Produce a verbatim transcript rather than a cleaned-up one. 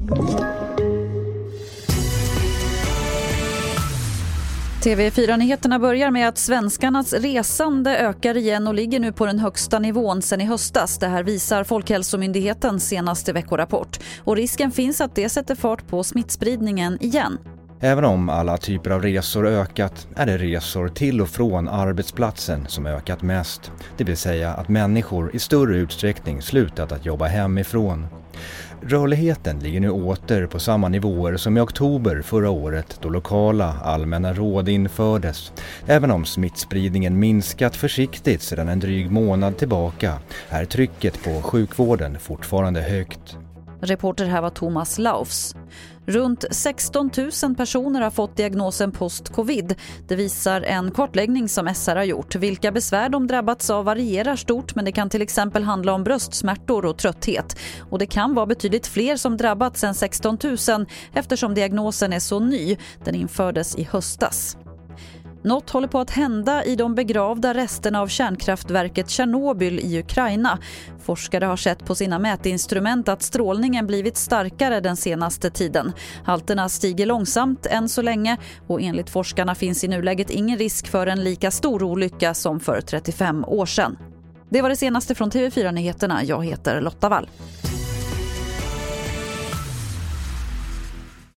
T V fyra-nyheterna börjar med att svenskarnas resande ökar igen och ligger nu på den högsta nivån sedan i höstas. Det här visar Folkhälsomyndighetens senaste veckorapport. Och risken finns att det sätter fart på smittspridningen igen. Även om alla typer av resor ökat är det resor till och från arbetsplatsen som ökat mest. Det vill säga att människor i större utsträckning slutat att jobba hemifrån. Rörligheten ligger nu åter på samma nivåer som i oktober förra året då lokala allmänna råd infördes. Även om smittspridningen minskat försiktigt sedan en dryg månad tillbaka är trycket på sjukvården fortfarande högt. Reporter här var Thomas Laufs. Runt sexton tusen personer har fått diagnosen post-covid. Det visar en kartläggning som S R har gjort. Vilka besvär de drabbats av varierar stort, men det kan till exempel handla om bröstsmärtor och trötthet. Och det kan vara betydligt fler som drabbats än sexton tusen eftersom diagnosen är så ny. Den infördes i höstas. Något håller på att hända i de begravda resterna av kärnkraftverket Tjernobyl i Ukraina. Forskare har sett på sina mätinstrument att strålningen blivit starkare den senaste tiden. Halterna stiger långsamt än så länge och enligt forskarna finns i nuläget ingen risk för en lika stor olycka som för trettiofem år sedan. Det var det senaste från T V fyra-nyheterna. Jag heter Lotta Wall.